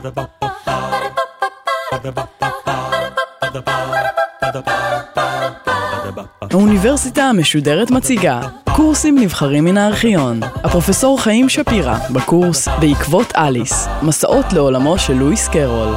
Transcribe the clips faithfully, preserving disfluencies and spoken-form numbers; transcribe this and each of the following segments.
האוניברסיטה המשודרת מציגה קורסים נבחרים מן הארכיון. הפרופסור חיים שפירא בקורס בעקבות אליס, מסעות לעולמו של לואיס קרול.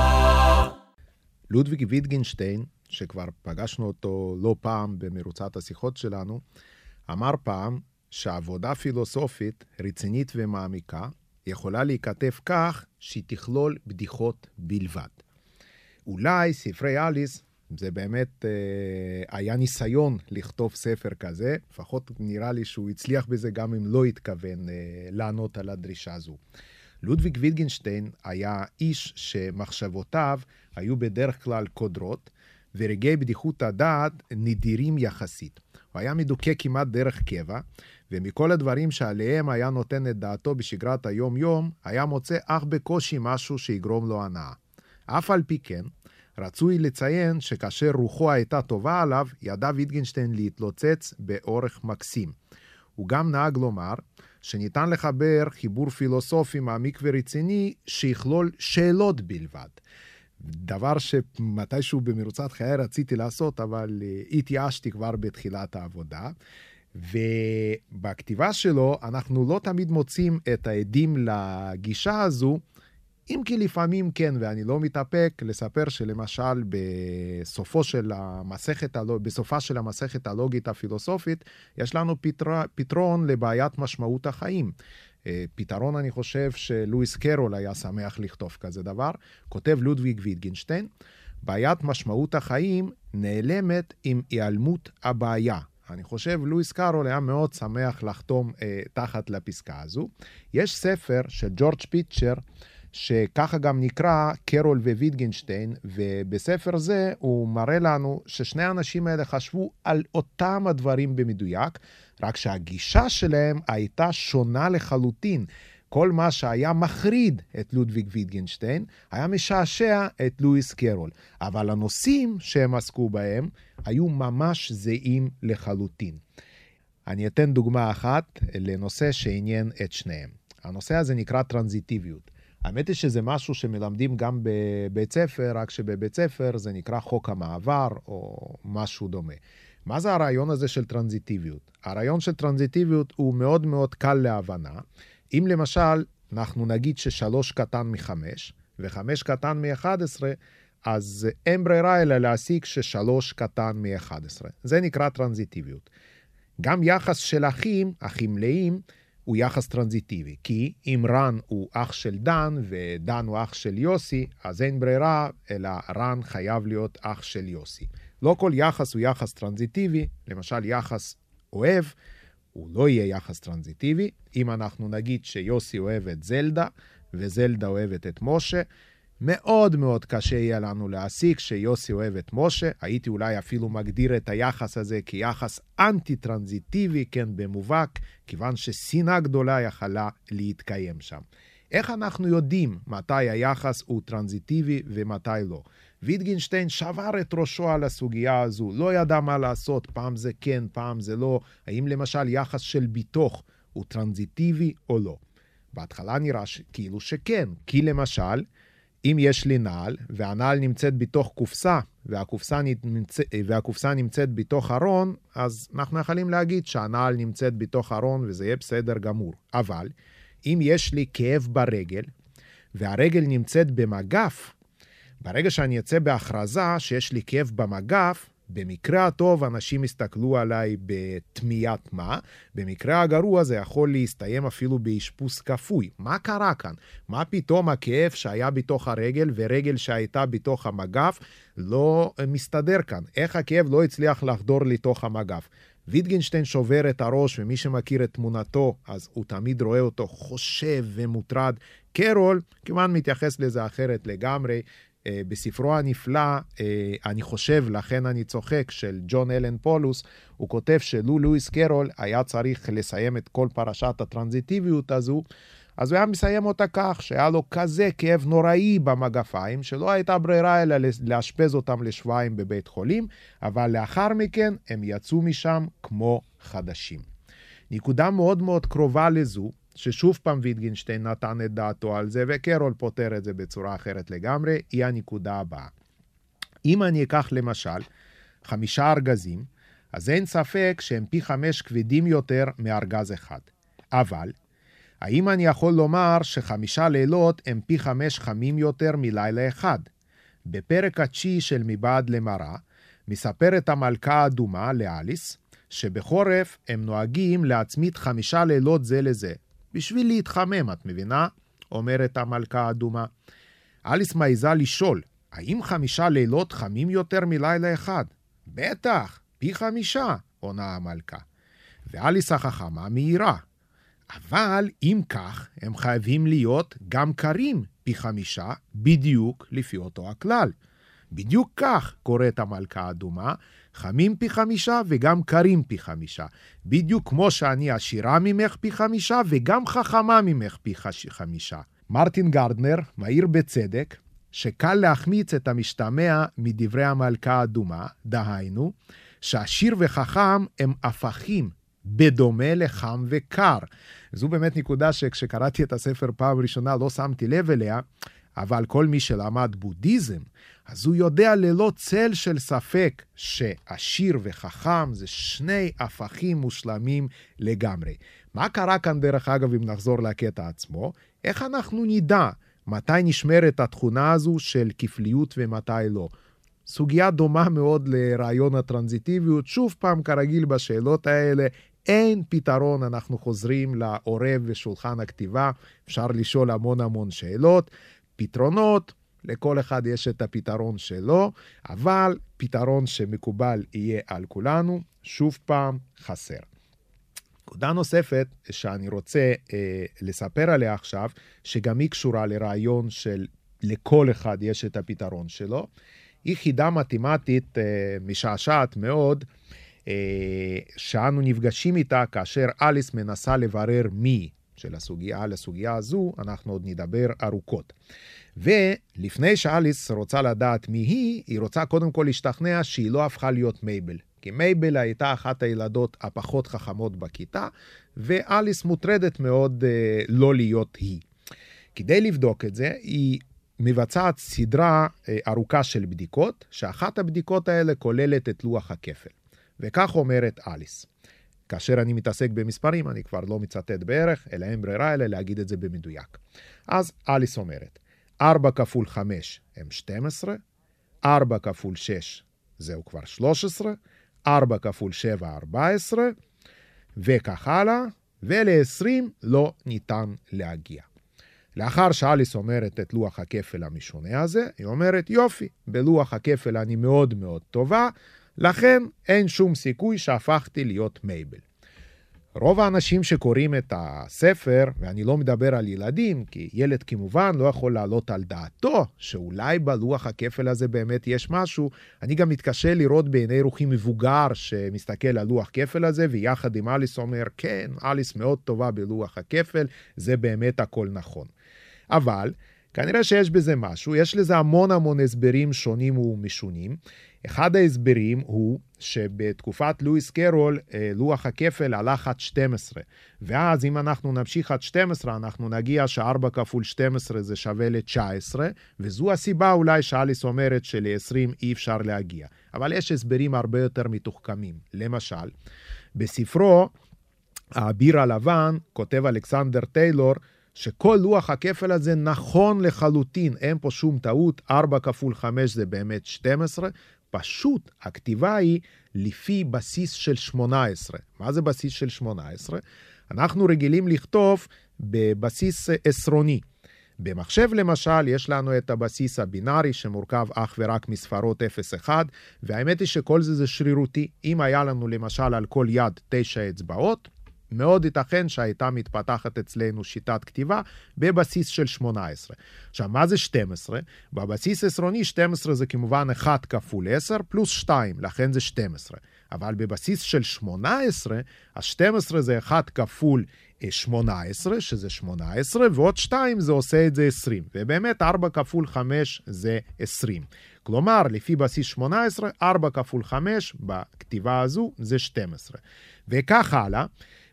לודוויג ויטגנשטיין, שכבר פגשנו אותו לא פעם במרוצת השיחות שלנו, אמר פעם שעבודה פילוסופית רצינית ומעמיקה יכולה להיכתב כך שהיא תכלול בדיחות בלבד. אולי ספרי אליס, זה באמת אה, היה ניסיון לכתוב ספר כזה, לפחות נראה לי שהוא הצליח בזה גם אם לא התכוון אה, לענות על הדרישה הזו. לודוויג ויטגנשטיין היה איש שמחשבותיו היו בדרך כלל קודרות, ורגעי בדיחות הדעת נדירים יחסית. הוא היה מדוכא כמעט דרך קבע, ומכל הדברים שעליהם היה נותן את דעתו בשגרת היום-יום, היה מוצא אך בקושי משהו שיגרום לו הנאה. אף על פי כן, רצוי לציין שכאשר רוחו הייתה טובה עליו, ידע ויטגנשטיין להתלוצץ באורך מקסים. הוא גם נהג לומר שניתן לחבר חיבור פילוסופי מעמיק ורציני שיכלול שאלות בלבד. דבר שמתישהו במרוצת חיי רציתי לעשות, אבל התייאשתי כבר בתחילת העבודה. ובכתיבה שלו אנחנו לא תמיד מוצאים את העדים לגישה הזו, אם כי לפעמים כן, ואני לא מתאפק לספר שלמשל בסופו של המסכת, בסופה של המסכת הלוגית הפילוסופית, יש לנו פתר, פתרון לבעיית משמעות החיים. פתרון אני חושב שלואיס קרול היה שמח לכתוב כזה דבר. כותב לודוויג ויטגנשטיין, בעיית משמעות החיים נעלמת עם היעלמות הבעיה. אני חושב לואיס קרול היה מאוד שמח לחתום אה, תחת לפסקה הזו. יש ספר של ג'ורג' פיטשר, שככה גם נקרא קרול וויטגנשטיין, ובספר זה הוא מראה לנו ששני האנשים האלה חשבו על אותם הדברים במדויק, רק שהגישה שלהם הייתה שונה לחלוטין. כל מה שהיה מחריד את לודוויג ויטגנשטיין, היה משעשע את לואיס קרול. אבל הנושאים שהם עסקו בהם היו ממש זהים לחלוטין. אני אתן דוגמה אחת לנושא שעניין את שניהם. הנושא הזה נקרא טרנזיטיביות. האמת היא שזה משהו שמלמדים גם בבית ספר, רק שבבית ספר זה נקרא חוק המעבר או משהו דומה. מה זה הרעיון הזה של טרנזיטיביות? הרעיון של טרנזיטיביות הוא מאוד מאוד קל להבנה. אם למשל אנחנו נגיד ששלוש קטן מחמש וחמש קטן מאחד עשרה, אז אין ברירה אלא להסיק ששלוש קטן מאחד עשרה. זה נקרא טרנזיטיביות. גם יחס של אחים, אחים מלאים, הוא יחס טרנזיטיבי, כי אם רן הוא אח של דן ודן הוא אח של יוסי, אז אין ברירה, אלא רן חייב להיות אח של יוסי. לא כל יחס הוא יחס טרנזיטיבי, למשל יחס אוהב, הוא לא יהיה יחס טרנזיטיבי. אם אנחנו נגיד שיוסי אוהב את זלדה, וזלדה אוהבת את משה, מאוד מאוד קשה יהיה לנו להסיק שיוסי אוהב את משה. הייתי אולי אפילו מגדיר את היחס הזה כיחס אנטי-טרנזיטיבי, כן, במובהק, כיוון ששנאה גדולה יכלה להתקיים שם. איך אנחנו יודעים מתי היחס הוא טרנזיטיבי ומתי לא? ויטגנשטיין שבר את ראשו על הסוגיה הזו, לא ידע מה לעשות, פעם זה כן, פעם זה לא. האם למשל יחס של ביטוח הוא טרנזיטיבי או לא? בהתחלה נראה ש... כאילו שכן, כי למשל, אם יש לי נעל, והנעל נמצאת בתוך קופסה, והקופסה, נמצא, והקופסה נמצאת בתוך ארון, אז אנחנו יכולים להגיד שהנעל נמצאת בתוך ארון, וזה יהיה בסדר גמור. אבל, אם יש לי כאב ברגל, והרגל נמצאת במגף, ברגע שאני יצא בהכרזה שיש לי כאב במגף, במקרה הטוב אנשים הסתכלו עליי בתמיית מה, במקרה הגרוע זה יכול להסתיים אפילו באשפוז כפוי. מה קרה כאן? מה פתאום הכאב שהיה בתוך הרגל ורגל שהייתה בתוך המגף לא מסתדר כאן? איך הכאב לא הצליח לחדור לתוך המגף? ויטגנשטיין שובר את הראש, ומי שמכיר את תמונתו אז הוא תמיד רואה אותו חושב ומוטרד. קרול כמובן מתייחס לזה אחרת לגמרי. בספרו הנפלא, אני חושב, לכן אני צוחק, של ג'ון אלן פולוס, הוא כותב שלו לואיס קרול היה צריך לסיים את כל פרשת הטרנזיטיביות הזו, אז הוא היה מסיים אותה כך, שהיה לו כזה כאב נוראי במגפיים, שלא הייתה ברירה אלא להשפז אותם לשבועיים בבית חולים, אבל לאחר מכן הם יצאו משם כמו חדשים. נקודה מאוד מאוד קרובה לזו, ששוב פעם ויטגנשטיין נתן את דעתו על זה, וקרול פותר את זה בצורה אחרת לגמרי, היא הנקודה הבאה. אם אני אקח למשל חמישה ארגזים, אז אין ספק שהם פי חמש כבדים יותר מארגז אחד. אבל, האם אני יכול לומר שחמישה לילות הם פי חמש חמים יותר מלילה אחד? בפרק התשיעי של מבעד למראה, מספרת המלכה האדומה לאליס, שבחורף הם נוהגים להצמיד חמישה לילות זה לזה. בשביל להתחמם, את מבינה? אומרת המלכה האדומה. אליס מעיזה לשאול, האם חמישה לילות חמים יותר מלילה אחד? בטח, פי חמישה, עונה המלכה. ואליס החכמה מהירה. אבל אם כך, הם חייבים להיות גם קרים פי חמישה, בדיוק לפי אותו הכלל. בדיוק כך קוראת המלכה האדומה, חמים פי חמישה וגם קרים פי חמישה. בדיוק כמו שאני עשירה ממך פי חמישה וגם חכמה ממך פי חמישה. מרטין גרדנר מעיר בצדק שקל להחמיץ את המשתמע מדברי המלכה האדומה, דהיינו, שעשיר וחכם הם הפכים בדומה לחם וקר. זו באמת נקודה שכשקראתי את הספר פעם ראשונה לא שמתי לב אליה, אבל כל מי שלמד בודהיזם, אז הוא יודע ללא צל של ספק שעשיר וחכם זה שני הפכים מושלמים לגמרי. מה קרה כאן דרך אגב אם נחזור לקטע עצמו? איך אנחנו נדע מתי נשמרת התכונה הזו של כפליות ומתי לא? סוגיה דומה מאוד לרעיון הטרנזיטיביות, שוב פעם כרגיל בשאלות האלה, אין פתרון, אנחנו חוזרים לעורב ושולחן הכתיבה, אפשר לשאול המון המון שאלות, פתרונות, לכל אחד יש את הפתרון שלו, אבל פתרון שמקובל יהיה על כולנו, שוב פעם חסר. נקודה נוספת שאני רוצה אה, לספר עליה עכשיו, שגם היא קשורה לרעיון של לכל אחד יש את הפתרון שלו, היא חידה מתמטית אה, משעשעת מאוד, אה, שאנו נפגשים איתה כאשר אליס מנסה לברר מי של הסוגיה, לסוגיה הזו, אנחנו עוד נדבר ארוכות. ולפני שאליס רוצה לדעת מי היא, היא רוצה קודם כל להשתכנע שהיא לא הפכה להיות מייבל. כי מייבל הייתה אחת הילדות הפחות חכמות בכיתה, ואליס מוטרדת מאוד אה, לא להיות היא. כדי לבדוק את זה, היא מבצעת סדרה אה, ארוכה של בדיקות, שאחת הבדיקות האלה כוללת את לוח הכפל. וכך אומרת אליס. כאשר אני מתעסק במספרים, אני כבר לא מצטט בערך, אלא אין ברירה, אלא להגיד את זה במדויק. אז אליס אומרת, ארבע כפול חמש הם שתים עשרה, ארבע כפול שש זהו כבר שלוש עשרה, ארבע כפול שבע ארבע עשרה, וכך הלאה, ול-עשרים לא ניתן להגיע. לאחר שאליס אומרת את לוח הכפל המשונה הזה, היא אומרת, יופי, בלוח הכפל אני מאוד מאוד טובה, לכן אין שום סיכוי שהפכתי להיות מייבל. רוב האנשים שקוראים את הספר, ואני לא מדבר על ילדים, כי ילד כמובן לא יכול לעלות על דעתו, שאולי בלוח הכפל הזה באמת יש משהו, אני גם מתקשה לראות בעיני רוחי מבוגר שמסתכל על לוח כפל הזה, ויחד עם אליס אומר, כן, אליס מאוד טובה בלוח הכפל, זה באמת הכל נכון. אבל כנראה שיש בזה משהו, יש לזה המון המון הסברים שונים ומשונים. אחד ההסברים הוא שבתקופת לואיס קרול לוח הכפל הלך עד שתים עשרה, ואז אם אנחנו נמשיך עד שתים עשרה אנחנו נגיע ש-ארבע כפול שתים עשרה זה שווה ל-תשע עשרה, וזו הסיבה אולי שאליס אומרת של-עשרים אי אפשר להגיע. אבל יש הסברים הרבה יותר מתוחכמים. למשל, בספרו האביר הלבן כותב אלכסנדר טיילור שכל לוח הכפל הזה נכון לחלוטין, אין פה שום טעות, ארבע כפול חמש זה באמת שתים עשרה, פשוט הכתיבה היא לפי בסיס של שמונה עשרה. מה זה בסיס של שמונה עשרה? אנחנו רגילים לכתוב בבסיס עשרוני. במחשב למשל יש לנו את הבסיס הבינארי שמורכב אך ורק מספרות אפס אחת, והאמת היא שכל זה זה שרירותי. אם היה לנו למשל על כל יד תשע אצבעות, מאוד ייתכן שהייתה מתפתחת אצלנו שיטת כתיבה בבסיס של שמונה עשרה. עכשיו, מה זה שתים עשרה? בבסיס עשרוני, שתים עשרה זה כמובן אחת כפול עשר פלוס שתיים, לכן זה שתים עשרה. אבל בבסיס של שמונה עשרה, ה-שתים עשרה זה אחת כפול שמונה עשרה, שזה שמונה עשרה, ועוד שתיים זה עושה את זה עשרים. ובאמת ארבע כפול חמש זה עשרים. כלומר, לפי בסיס שמונה עשרה, ארבע כפול חמש בכתיבה הזו זה שתים עשרה. וכך הלאה,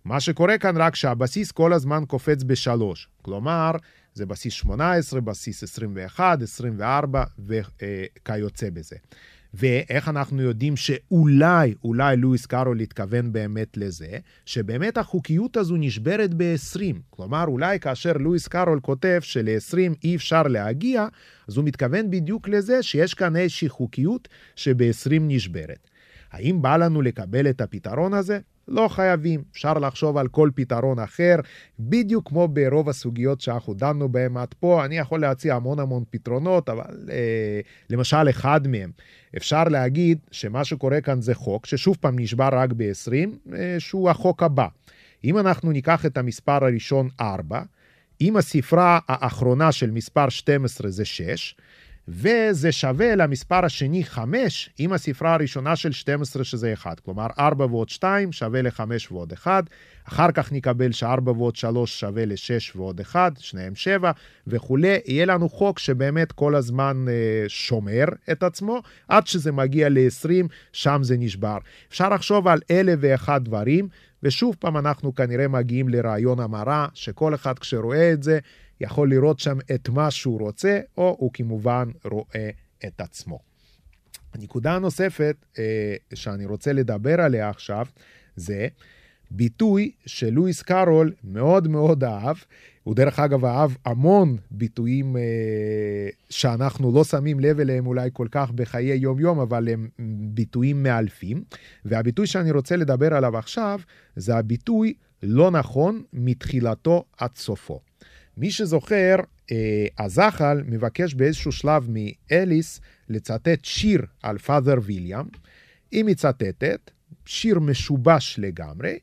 מה שקורה כאן רק שהבסיס כל הזמן קופץ בשלוש. כלומר, זה בסיס שמונה עשרה, בסיס עשרים ואחת, עשרים וארבע וכיוצא בזה. ואיך אנחנו יודעים שאולי, אולי לואיס קארול התכוון באמת לזה, שבאמת החוקיות הזו נשברת ב-עשרים. כלומר, אולי כאשר לואיס קארול כותב של-עשרים אי אפשר להגיע, אז הוא מתכוון בדיוק לזה שיש כאן איזושהי חוקיות שב-עשרים נשברת. האם בא לנו לקבל את הפתרון הזה? לא חייבים, אפשר לחשוב על כל פתרון אחר, בדיוק כמו ברוב הסוגיות שאנחנו דנו בהן עד פה, אני יכול להציע המון המון פתרונות, אבל אה, למשל אחד מהם, אפשר להגיד שמה שקורה כאן זה חוק, ששוב פעם נשבר רק ב-עשרים, אה, שהוא החוק הבא. אם אנחנו ניקח את המספר הראשון ארבע, אם הספרה האחרונה של מספר שתים עשרה זה שש, וזה שווה למספר השני חמש, עם הספרה הראשונה של שתים עשרה שזה אחד. כלומר, ארבע ועוד שתיים שווה ל-חמש ועוד אחד. אחר כך נקבל ש-ארבע ועוד שלוש שווה ל-שש ועוד אחד, שניהם שבע וכו'. יהיה לנו חוק שבאמת כל הזמן אה, שומר את עצמו, עד שזה מגיע ל-עשרים, שם זה נשבר. אפשר לחשוב על אלף ואחד דברים, ושוב פעם אנחנו כנראה מגיעים לרעיון המראה, שכל אחד כשרואה את זה, יכול לראות שם את מה שהוא רוצה, או הוא כמובן רואה את עצמו. הנקודה הנוספת אה, שאני רוצה לדבר עליה עכשיו, זה ביטוי שלואיס קארול מאוד מאוד אהב, הוא דרך אגב אהב המון ביטויים אה, שאנחנו לא שמים לב אליהם אולי כל כך בחיי יום יום, אבל הם ביטויים מאלפים, והביטוי שאני רוצה לדבר עליו עכשיו, זה הביטוי לא נכון מתחילתו עד סופו. מי שזוכר, הזחל מבקש באיזשהו שלב מאליס לצטט שיר על פאדר ויליאם. היא מצטטת, שיר משובש לגמרי,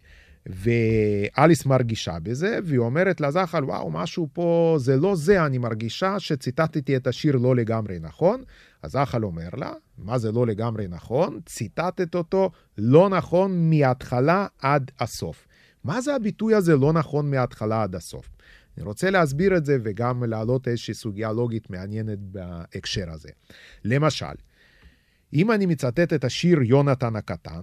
ואליס מרגישה בזה, והיא אומרת לזחל, וואו, משהו פה, זה לא זה, אני מרגישה שציטטתי את השיר לא לגמרי נכון. הזחל אומר לה, מה זה לא לגמרי נכון? ציטטת אותו לא נכון מההתחלה עד הסוף. מה זה הביטוי הזה לא נכון מההתחלה עד הסוף? אני רוצה להסביר את זה וגם להעלות איזושהי סוגיה לוגית מעניינת בהקשר הזה. למשל, אם אני מצטט את השיר יונתן הקטן,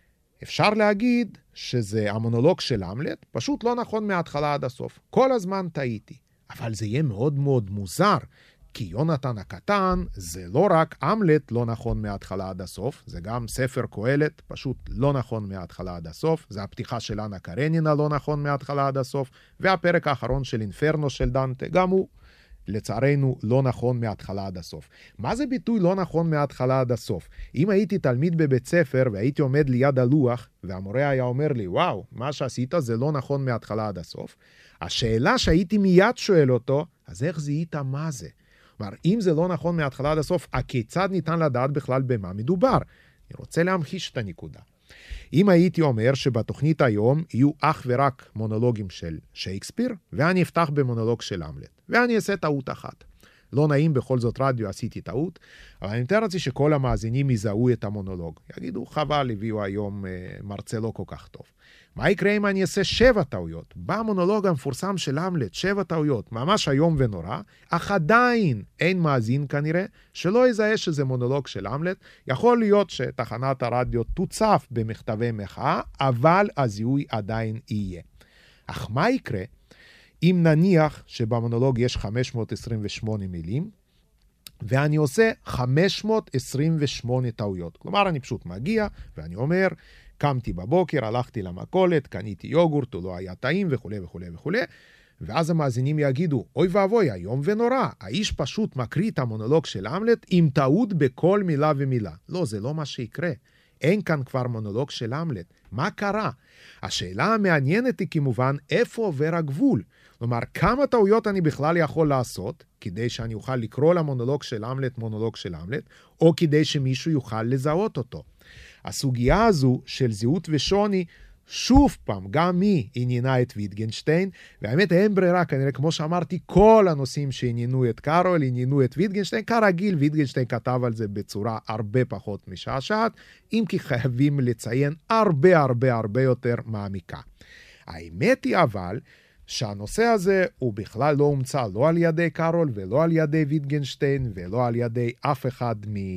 אפשר להגיד שזה המונולוג של המלט, פשוט לא נכון מההתחלה עד הסוף. כל הזמן טעיתי. אבל זה יהיה מאוד מאוד מוזר, כי יונתן הקטן זה לא רק המלט לא נכון מההתחלה עד הסוף, זה גם ספר קהלת, פשוט לא נכון מההתחלה עד הסוף, זה הפתיחה של אנה קרנינה לא נכון מההתחלה עד הסוף, והפרק האחרון של אינפרנו של דנטה, גם הוא לצערנו לא נכון מההתחלה עד הסוף. מה זה ביטוי לא נכון מההתחלה עד הסוף? אם הייתי תלמיד בבית ספר והייתי עומד ליד הלוח, והמורה היה אומר לי, וואו, מה שעשית זה לא נכון מההתחלה עד הסוף, השאלה שהייתי מיד שואל אותו, אז איך זיהית מה זה? כלומר, אם זה לא נכון מההתחלה עד הסוף, הכיצד ניתן לדעת בכלל במה מדובר? אני רוצה להמחיש את הנקודה. אם הייתי אומר שבתוכנית היום יהיו אך ורק מונולוגים של שייקספיר, ואני אפתח במונולוג של המלט, ואני אעשה טעות אחת. לא נעים, בכל זאת רדיו עשיתי טעות, אבל אני מתאר לעצמי שכל המאזינים יזהו את המונולוג. יגידו, חבל, הביאו היום מרצה לא כל כך טוב. מה יקרה אם אני אעשה שבע טעויות? במונולוג המפורסם של המלט, שבע טעויות, ממש היום ונורא, אך עדיין אין מאזין כנראה, שלא יזהה שזה מונולוג של המלט. יכול להיות שתחנת הרדיו תוצף במכתבי מחאה, אבל הזיהוי עדיין יהיה. אך מה יקרה אם נניח שבמונולוג יש חמש מאות עשרים ושמונה מילים, ואני עושה חמש מאות עשרים ושמונה טעויות. כלומר, אני פשוט מגיע ואני אומר, קמתי בבוקר, הלכתי למכולת, קניתי יוגורט, הוא לא היה טעים וכו' וכו' וכו'. ואז המאזינים יגידו, אוי ואבוי, היום ונורא, האיש פשוט מקריא את המונולוג של המלט עם טעות בכל מילה ומילה. לא, זה לא מה שיקרה. אין כאן כבר מונולוג של המלט. מה קרה? השאלה המעניינת היא כמובן, איפה עובר הגבול? כלומר, כמה טעויות אני בכלל יכול לעשות, כדי שאני אוכל לקרוא למונולוג של המלט מונולוג של המלט, או כדי שמישהו יוכל לזהות אותו. הסוגיה הזו של זהות ושוני, שוב פעם, גם היא עניינה את ויטגנשטיין, והאמת אין ברירה, כנראה כמו שאמרתי, כל הנושאים שעניינו את קארול, עניינו את ויטגנשטיין, כרגיל ויטגנשטיין כתב על זה בצורה הרבה פחות משעשעת, אם כי חייבים לציין הרבה הרבה הרבה יותר מעמיקה. האמת היא אבל, שהנושא הזה הוא בכלל לא הומצא לא על ידי קארול ולא על ידי ויטגנשטיין ולא על ידי אף אחד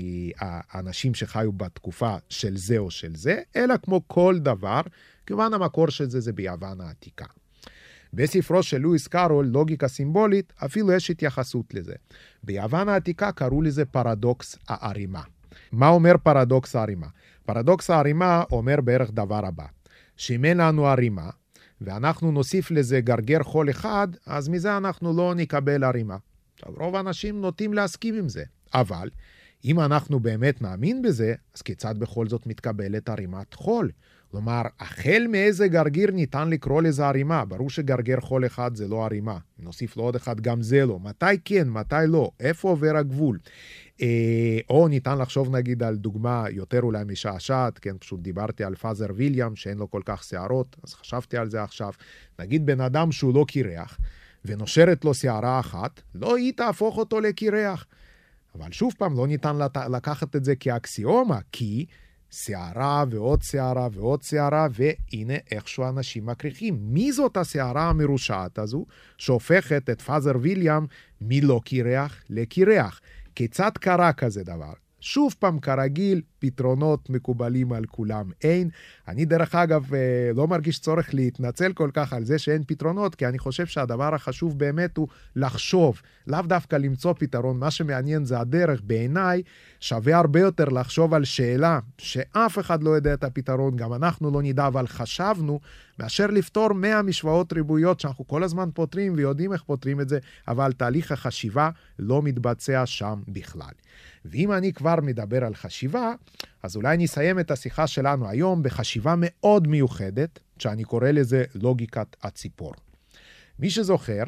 מהאנשים שחיו בתקופה של זה או של זה, אלא כמו כל דבר, כיוון המקור של זה זה ביוון העתיקה. בספרו של לואיס קארול, לוגיקה סימבולית, אפילו יש התייחסות לזה. ביוון העתיקה קראו לזה פרדוקס הערימה. מה אומר פרדוקס הערימה? פרדוקס הערימה אומר בערך דבר הבא, שאם אין לנו ערימה, ואנחנו נוסיף לזה גרגר חול אחד, אז מזה אנחנו לא נקבל ערימה. עכשיו, רוב האנשים נוטים להסכים עם זה, אבל אם אנחנו באמת נאמין בזה, אז כיצד בכל זאת מתקבלת ערימת חול? כלומר, החל מאיזה גרגיר ניתן לקרוא לזה ערימה? ברור שגרגר חול אחד זה לא ערימה. נוסיף לו עוד אחד, גם זה לא. מתי כן, מתי לא? איפה עובר הגבול? אה, או ניתן לחשוב נגיד על דוגמה יותר אולי משעשעת, כן, פשוט דיברתי על פאזר ויליאם, שאין לו כל כך שערות, אז חשבתי על זה עכשיו. נגיד בן אדם שהוא לא קירח, ונושרת לו שערה אחת, לא היא תהפוך אותו לקירח. אבל שוב פעם, לא ניתן לקחת את זה כאקסיומה, כי שערה ועוד שערה ועוד שערה, והנה איכשהו אנשים מקריחים. מי זאת השערה המרושעת הזו, שהופכת את פאזר ויליאם מלא קירח לקירח? כיצד קרה כזה דבר? שוב פעם כרגיל, פתרונות מקובלים על כולם אין. אני דרך אגב לא מרגיש צורך להתנצל כל כך על זה שאין פתרונות, כי אני חושב שהדבר החשוב באמת הוא לחשוב, לאו דווקא למצוא פתרון. מה שמעניין זה הדרך. בעיניי שווה הרבה יותר לחשוב על שאלה שאף אחד לא יודע את הפתרון, גם אנחנו לא נדע, אבל חשבנו, מאשר לפתור מאה משוואות ריבועיות שאנחנו כל הזמן פותרים ויודעים איך פותרים את זה, אבל תהליך החשיבה לא מתבצע שם בכלל. ואם אני כבר מדבר על חשיבה, אז אולי נסיים את השיחה שלנו היום בחשיבה מאוד מיוחדת, שאני קורא לזה לוגיקת הציפור. מי שזוכר,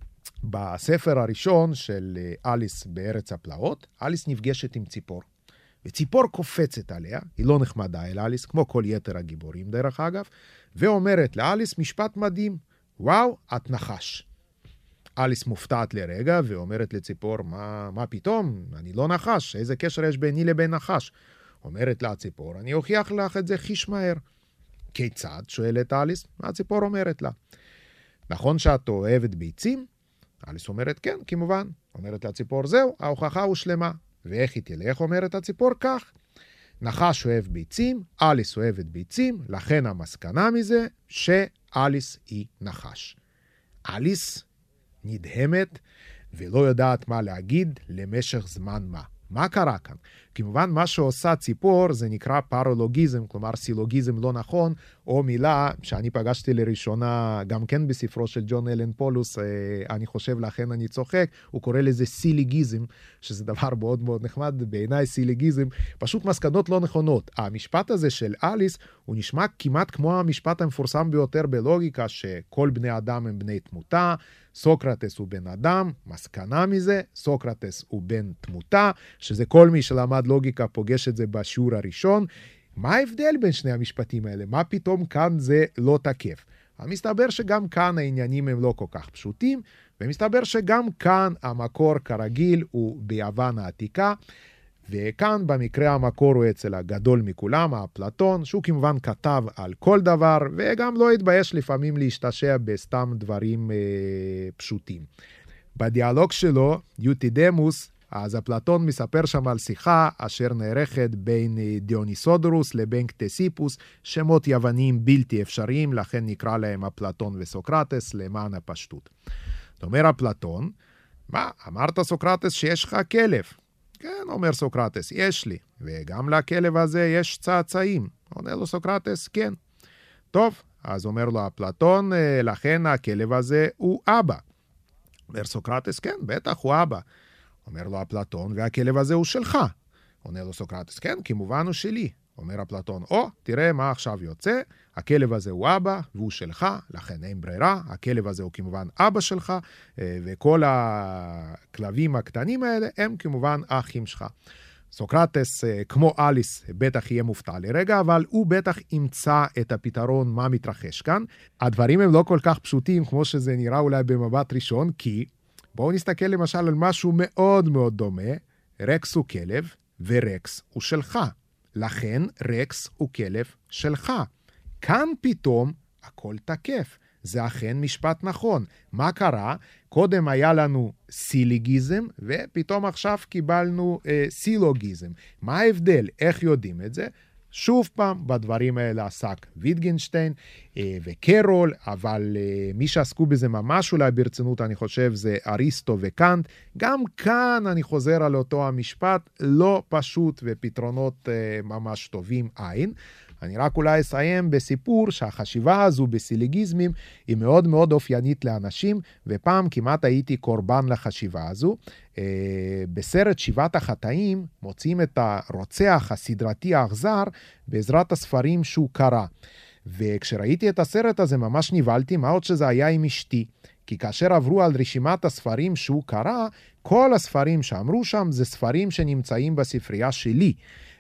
בספר הראשון של אליס בארץ הפלאות, אליס נפגשת עם ציפור. וציפור קופצת עליה, היא לא נחמדה אל אליס, כמו כל יתר הגיבורים דרך אגב, ואומרת לאליס משפט מדהים, וואו, את נחש. אליס מופתעת לרגע ואומרת לציפור, מה, מה פתאום? אני לא נחש, איזה קשר יש ביני לבין נחש? אומרת לה הציפור, אני אוכיח לך את זה חיש מהר. כיצד? שואלת אליס, הציפור אומרת לה, נכון שאת אוהבת ביצים? אליס אומרת כן, כמובן. אומרת לה הציפור, זהו, ההוכחה הושלמה. ואיך היא תלך? אומרת הציפור כך, נחש אוהב ביצים, אליס אוהבת ביצים, לכן המסקנה מזה שאליס היא נחש. אליס נדהמת ולא יודעת מה להגיד למשך זמן מה. מה קרה כאן? כמובן מה שעושה ציפור זה נקרא פרולוגיזם, כלומר סילוגיזם לא נכון, או מילה שאני פגשתי לראשונה גם כן בספרו של ג'ון אלן פולוס, אני חושב לכן אני צוחק, הוא קורא לזה סיליגיזם, שזה דבר מאוד מאוד נחמד, בעיניי סיליגיזם, פשוט מסקנות לא נכונות. המשפט הזה של אליס הוא נשמע כמעט כמו המשפט המפורסם ביותר בלוגיקה, שכל בני אדם הם בני תמותה, סוקרטס הוא בן אדם, מסקנה מזה, סוקרטס הוא בן תמותה, שזה כל מי שלמד לוגיקה פוגש את זה בשיעור הראשון. מה ההבדל בין שני המשפטים האלה? מה פתאום כאן זה לא תקף? מסתבר שגם כאן העניינים הם לא כל כך פשוטים, ומסתבר שגם כאן המקור כרגיל הוא ביוון העתיקה, וכאן במקרה המקור הוא אצל הגדול מכולם, אפלטון, שהוא כמובן כתב על כל דבר, וגם לא התבייש לפעמים להשתשע בסתם דברים אה, פשוטים. בדיאלוג שלו, יוטידמוס, אז אפלטון מספר שם על שיחה אשר נערכת בין דיוניסודורוס לבין קטסיפוס, שמות יווניים בלתי אפשריים, לכן נקרא להם אפלטון וסוקרטס למען הפשטות. זאת אומר אפלטון, מה, אמרת סוקרטס שיש לך כלב? כן, אומר סוקרטס, יש לי, וגם לכלב הזה יש צאצאים. עונה לו סוקרטס, כן. טוב, אז אומר לו אפלטון, לכן הכלב הזה הוא אבא. אומר סוקרטס, כן, בטח הוא אבא. אומר לו אפלטון, והכלב הזה הוא שלך. עונה לו סוקרטס, כן, כמובן הוא שלי. אומר אפלטון, או, תראה מה עכשיו יוצא, הכלב הזה הוא אבא והוא שלך, לכן אין ברירה, הכלב הזה הוא כמובן אבא שלך, וכל הכלבים הקטנים האלה הם כמובן אחים שלך. סוקרטס, כמו אליס, בטח יהיה מופתע לרגע, אבל הוא בטח ימצא את הפתרון מה מתרחש כאן. הדברים הם לא כל כך פשוטים כמו שזה נראה אולי במבט ראשון, כי בואו נסתכל למשל על משהו מאוד מאוד דומה, רקס הוא כלב ורקס הוא שלך. לכן רקס הוא כלב שלך. כאן פתאום הכל תקף. זה אכן משפט נכון. מה קרה? קודם היה לנו סיליגיזם, ופתאום עכשיו קיבלנו אה, סילוגיזם. מה ההבדל? איך יודעים את זה? שוב פעם, בדברים האלה עסק ויטגנשטיין אה, וקרול, אבל אה, מי שעסקו בזה ממש אולי ברצינות, אני חושב, זה אריסטו וקאנט. גם כאן אני חוזר על אותו המשפט, לא פשוט ופתרונות אה, ממש טובים אין. אני רק אולי אסיים בסיפור שהחשיבה הזו בסיליגיזמים היא מאוד מאוד אופיינית לאנשים, ופעם כמעט הייתי קורבן לחשיבה הזו. בסרט שבעת החטאים מוצאים את הרוצח הסדרתי האכזר בעזרת הספרים שהוא קרא. וכשראיתי את הסרט הזה ממש נבלתי, מה עוד שזה היה עם אשתי. כי כאשר עברו על רשימת הספרים שהוא קרא, כל הספרים שאמרו שם זה ספרים שנמצאים בספרייה שלי.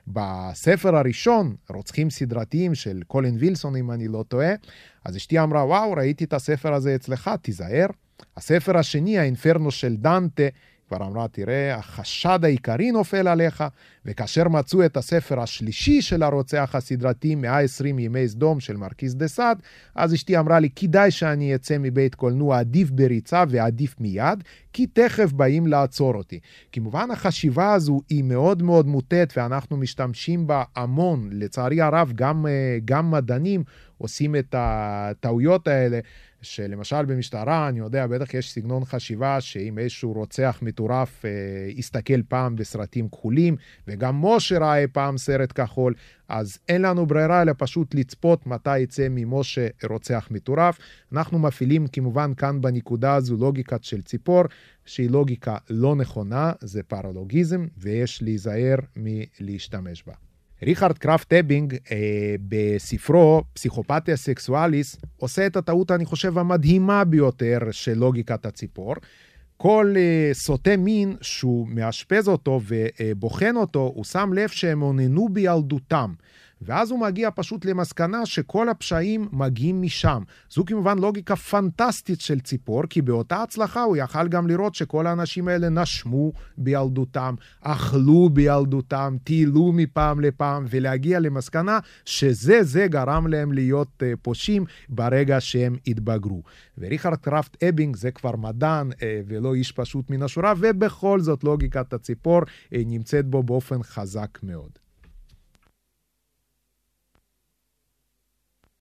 בספר הראשון, רוצחים סדרתיים של קולין וילסון, אם אני לא טועה, אז אשתי אמרה, וואו, ראיתי את הספר הזה אצלך, תיזהר. הספר השני, האינפרנו של דנטה, כבר אמרה, תראה, החשד העיקרי נופל עליך, וכאשר מצאו את הספר השלישי של הרוצח הסדרתי, מאה ועשרים ימי סדום של מרקיס דה סאד, אז אשתי אמרה לי, כדאי שאני אצא מבית קולנוע, עדיף בריצה ועדיף מיד, כי תכף באים לעצור אותי. כמובן החשיבה הזו היא מאוד מאוד מוטט, ואנחנו משתמשים בה המון, לצערי הרב, גם, גם מדענים עושים את הטעויות האלה, שלמשל במשטרה, אני יודע, בטח יש סגנון חשיבה שאם איזשהו רוצח מטורף אה, יסתכל פעם בסרטים כחולים, וגם משה ראה פעם סרט כחול, אז אין לנו ברירה אלא פשוט לצפות מתי יצא ממשה רוצח מטורף. אנחנו מפעילים כמובן כאן בנקודה הזו לוגיקת של ציפור, שהיא לוגיקה לא נכונה, זה פרלוגיזם, ויש להיזהר מלהשתמש בה. ריכרד קראפט אבינג אה, בספרו פסיכופתיה סקסואליס עושה את הטעות אני חושב המדהימה ביותר של לוגיקת הציפור. כל אה, סוטה מין שהוא מאשפז אותו ובוחן אותו, הוא שם לב שהם עוננו בילדותם. ואז הוא מגיע פשוט למסקנה שכל הפשעים מגיעים משם. זו כמובן לוגיקה פנטסטית של ציפור, כי באותה הצלחה הוא יכל גם לראות שכל האנשים האלה נשמו בילדותם, אכלו בילדותם, טיילו מפעם לפעם, ולהגיע למסקנה שזה זה גרם להם להיות uh, פושעים ברגע שהם התבגרו. וריכרד קראפט אבינג זה כבר מדען uh, ולא איש פשוט מן השורה, ובכל זאת לוגיקת הציפור uh, נמצאת בו באופן חזק מאוד.